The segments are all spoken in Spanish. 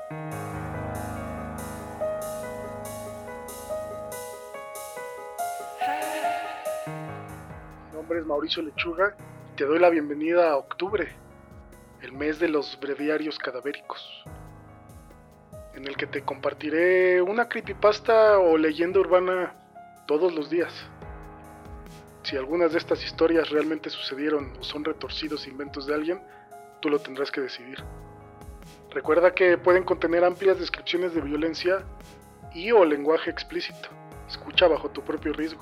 Mi nombre es Mauricio Lechuga y te doy la bienvenida a octubre, el mes de los breviarios cadavéricos, en el que te compartiré una creepypasta o leyenda urbana todos los días. Si algunas de estas historias realmente sucedieron o son retorcidos inventos de alguien, tú lo tendrás que decidir. Recuerda que pueden contener amplias descripciones de violencia y o lenguaje explícito. Escucha bajo tu propio riesgo.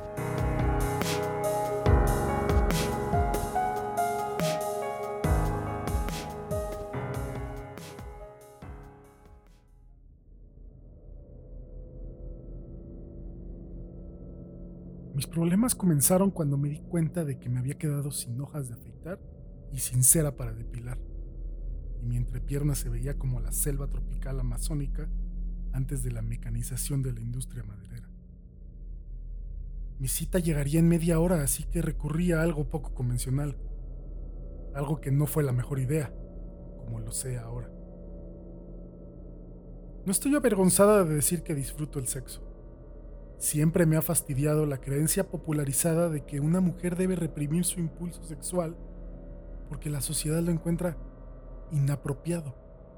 Mis problemas comenzaron cuando me di cuenta de que me había quedado sin hojas de afeitar y sin cera para depilar, y mi entrepierna se veía como la selva tropical amazónica antes de la mecanización de la industria maderera. Mi cita llegaría en media hora, así que recurrí a algo poco convencional, algo que no fue la mejor idea, como lo sé ahora. No estoy avergonzada de decir que disfruto el sexo. Siempre me ha fastidiado la creencia popularizada de que una mujer debe reprimir su impulso sexual porque la sociedad lo encuentra inapropiado.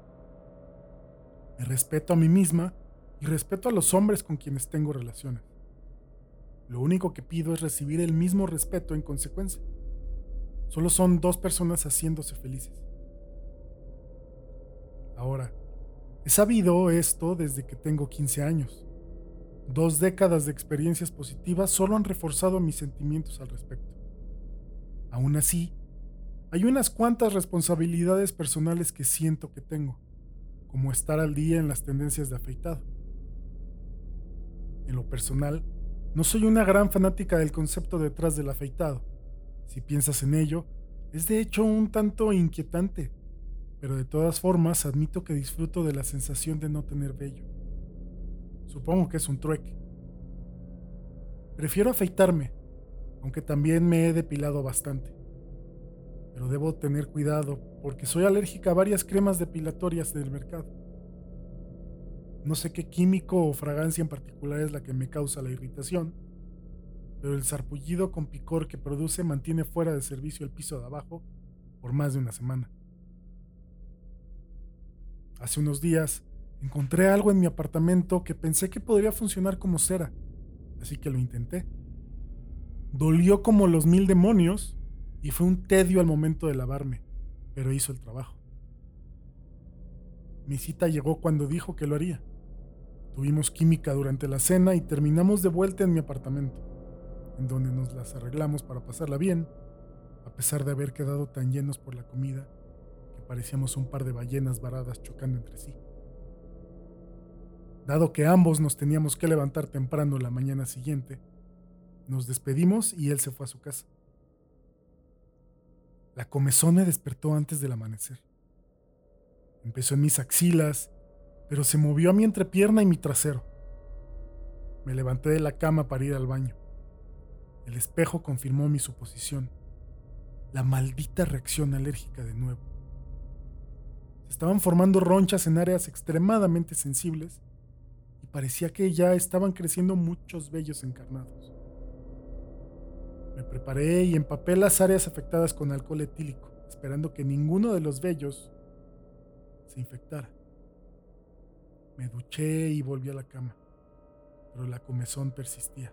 Me respeto a mí misma y respeto a los hombres con quienes tengo relaciones. Lo único que pido es recibir el mismo respeto en consecuencia. Solo son dos personas haciéndose felices. Ahora, he sabido esto desde que tengo 15 años. 2 décadas de experiencias positivas solo han reforzado mis sentimientos al respecto. Aún así, hay unas cuantas responsabilidades personales que siento que tengo, como estar al día en las tendencias de afeitado. En lo personal, no soy una gran fanática del concepto detrás del afeitado. Si piensas en ello, es de hecho un tanto inquietante, pero de todas formas admito que disfruto de la sensación de no tener vello. Supongo que es un trueque. Prefiero afeitarme, aunque también me he depilado bastante. Pero debo tener cuidado porque soy alérgica a varias cremas depilatorias del mercado. No sé qué químico o fragancia en particular es la que me causa la irritación, pero el sarpullido con picor que produce mantiene fuera de servicio el piso de abajo por más de una semana. Hace unos días encontré algo en mi apartamento que pensé que podría funcionar como cera, así que lo intenté. Dolió como los 1000 demonios y fue un tedio al momento de lavarme, pero hizo el trabajo. Mi cita llegó cuando dijo que lo haría. Tuvimos química durante la cena y terminamos de vuelta en mi apartamento, en donde nos las arreglamos para pasarla bien, a pesar de haber quedado tan llenos por la comida que parecíamos un par de ballenas varadas chocando entre sí. Dado que ambos nos teníamos que levantar temprano la mañana siguiente, nos despedimos y él se fue a su casa. La comezón me despertó antes del amanecer. Empezó en mis axilas, pero se movió a mi entrepierna y mi trasero. Me levanté de la cama para ir al baño. El espejo confirmó mi suposición. La maldita reacción alérgica de nuevo. Se estaban formando ronchas en áreas extremadamente sensibles y parecía que ya estaban creciendo muchos vellos encarnados. Me preparé y empapé las áreas afectadas con alcohol etílico, esperando que ninguno de los vellos se infectara. Me duché y volví a la cama, pero la comezón persistía.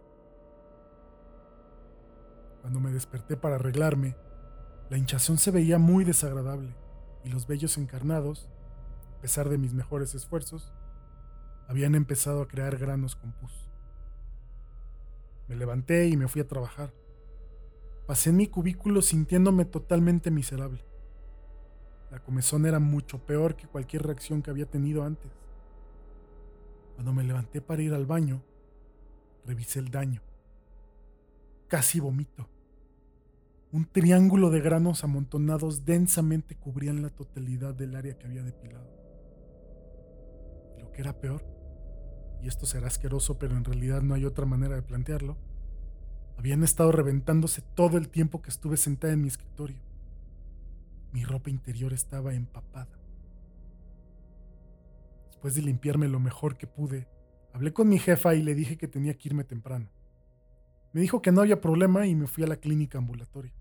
Cuando me desperté para arreglarme, la hinchazón se veía muy desagradable y los vellos encarnados, a pesar de mis mejores esfuerzos, habían empezado a crear granos con pus. Me levanté y me fui a trabajar. Pasé en mi cubículo sintiéndome totalmente miserable. La comezón era mucho peor que cualquier reacción que había tenido antes. Cuando me levanté para ir al baño, revisé el daño. Casi vomito. Un triángulo de granos amontonados densamente cubrían la totalidad del área que había depilado. Y lo que era peor, y esto será asqueroso, pero en realidad no hay otra manera de plantearlo, habían estado reventándose todo el tiempo que estuve sentada en mi escritorio. Mi ropa interior estaba empapada. Después de limpiarme lo mejor que pude, hablé con mi jefa y le dije que tenía que irme temprano. Me dijo que no había problema y me fui a la clínica ambulatoria.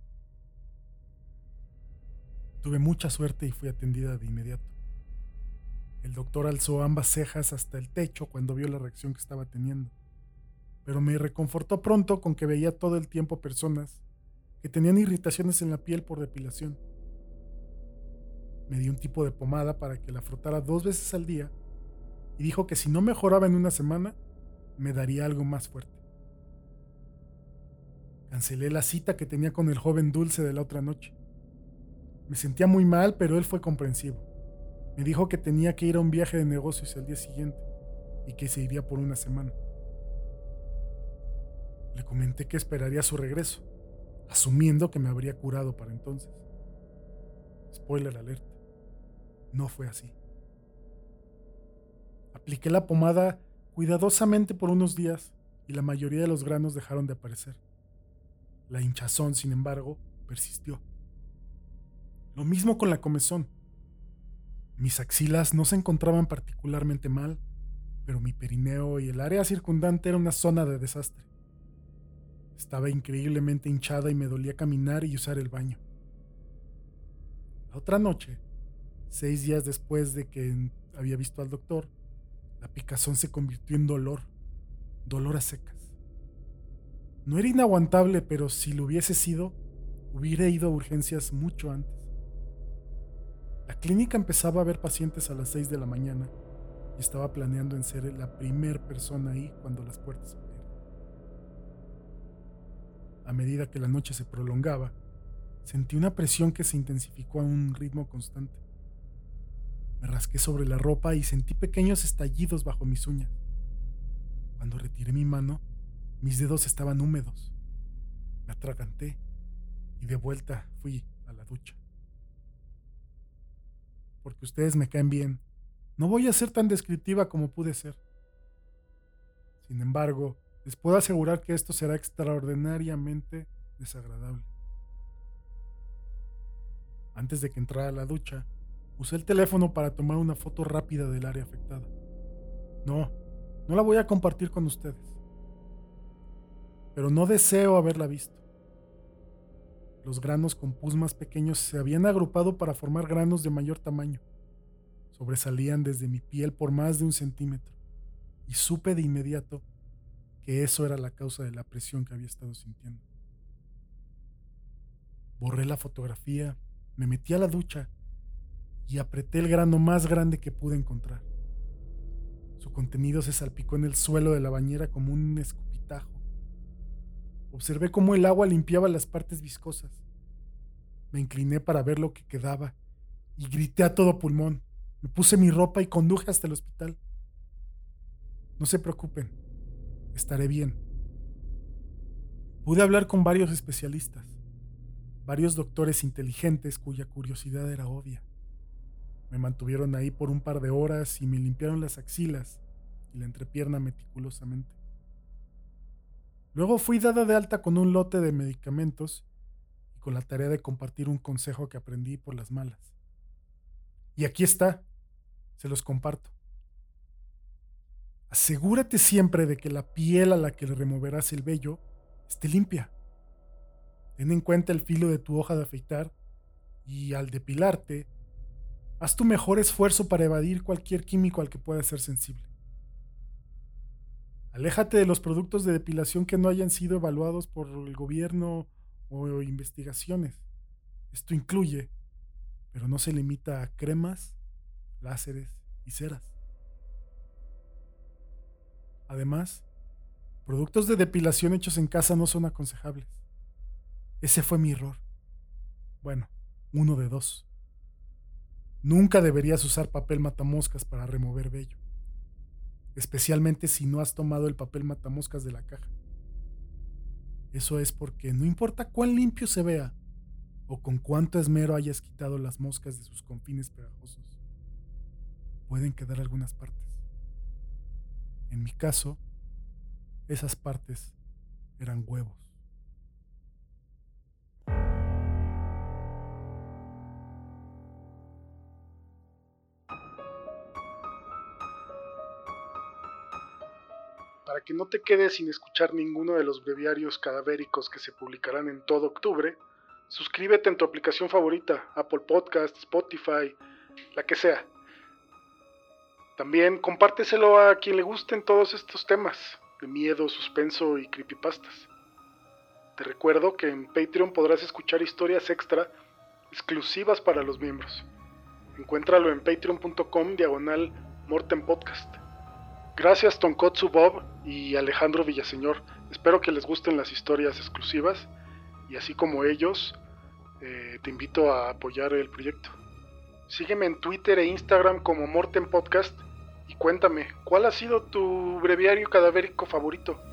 Tuve mucha suerte y fui atendida de inmediato. El doctor alzó ambas cejas hasta el techo cuando vio la reacción que estaba teniendo, pero me reconfortó pronto con que veía todo el tiempo personas que tenían irritaciones en la piel por depilación. Me dio un tipo de pomada para que la frotara 2 veces al día y dijo que si no mejoraba en una semana, me daría algo más fuerte. Cancelé la cita que tenía con el joven Dulce de la otra noche. Me sentía muy mal, pero él fue comprensivo. Me dijo que tenía que ir a un viaje de negocios el día siguiente y que se iría por una semana. Le comenté que esperaría su regreso, asumiendo que me habría curado para entonces. Spoiler alert, no fue así. Apliqué la pomada cuidadosamente por unos días y la mayoría de los granos dejaron de aparecer. La hinchazón, sin embargo, persistió. Lo mismo con la comezón. Mis axilas no se encontraban particularmente mal, pero mi perineo y el área circundante era una zona de desastre. Estaba increíblemente hinchada y me dolía caminar y usar el baño. La otra noche, 6 días después de que había visto al doctor, la picazón se convirtió en dolor a secas. No era inaguantable, pero si lo hubiese sido, hubiera ido a urgencias mucho antes. La clínica empezaba a ver pacientes a las 6 de la mañana y estaba planeando en ser la primer persona ahí cuando las puertas abrieran. A medida que la noche se prolongaba, sentí una presión que se intensificó a un ritmo constante. Me rasqué sobre la ropa y sentí pequeños estallidos bajo mis uñas. Cuando retiré mi mano, mis dedos estaban húmedos. Me atraganté y de vuelta fui a la ducha. Porque ustedes me caen bien, no voy a ser tan descriptiva como pude ser. Sin embargo, les puedo asegurar que esto será extraordinariamente desagradable. Antes de que entrara a la ducha, usé el teléfono para tomar una foto rápida del área afectada. No, no la voy a compartir con ustedes. Pero no deseo haberla visto. Los granos con pus más pequeños se habían agrupado para formar granos de mayor tamaño. Sobresalían desde mi piel por más de 1 centímetro. Y supe de inmediato que eso era la causa de la presión que había estado sintiendo. Borré la fotografía, me metí a la ducha y apreté el grano más grande que pude encontrar. Su contenido se salpicó en el suelo de la bañera como un escupitajo. Observé cómo el agua limpiaba las partes viscosas. Me incliné para ver lo que quedaba y grité a todo pulmón. Me puse mi ropa y conduje hasta el hospital. No se preocupen, estaré bien. Pude hablar con varios especialistas, varios doctores inteligentes cuya curiosidad era obvia. Me mantuvieron ahí por un par de horas y me limpiaron las axilas y la entrepierna meticulosamente. Luego fui dada de alta con un lote de medicamentos y con la tarea de compartir un consejo que aprendí por las malas. Y aquí está, se los comparto. Asegúrate siempre de que la piel a la que le removerás el vello esté limpia. Ten en cuenta el filo de tu hoja de afeitar y al depilarte, haz tu mejor esfuerzo para evadir cualquier químico al que puedas ser sensible. Aléjate de los productos de depilación que no hayan sido evaluados por el gobierno o investigaciones. Esto incluye, pero no se limita a cremas, láseres y ceras. Además, productos de depilación hechos en casa no son aconsejables. Ese fue mi error. Bueno, uno de dos. Nunca deberías usar papel matamoscas para remover vello, especialmente si no has tomado el papel matamoscas de la caja. Eso es porque no importa cuán limpio se vea o con cuánto esmero hayas quitado las moscas de sus confines pegajosos, pueden quedar algunas partes. En mi caso, esas partes eran huevos. Para que no te quedes sin escuchar ninguno de los breviarios cadavéricos que se publicarán en todo octubre, suscríbete en tu aplicación favorita, Apple Podcast, Spotify, la que sea. También compárteselo a quien le gusten todos estos temas de miedo, suspenso y creepypastas. Te recuerdo que en Patreon podrás escuchar historias extra exclusivas para los miembros. Encuéntralo en patreon.com/MortemPodcast. Gracias Tonkotsu Bob y Alejandro Villaseñor. Espero que les gusten las historias exclusivas y así como ellos, te invito a apoyar el proyecto. Sígueme en Twitter e Instagram como Mortem Podcast y cuéntame, ¿cuál ha sido tu breviario cadavérico favorito?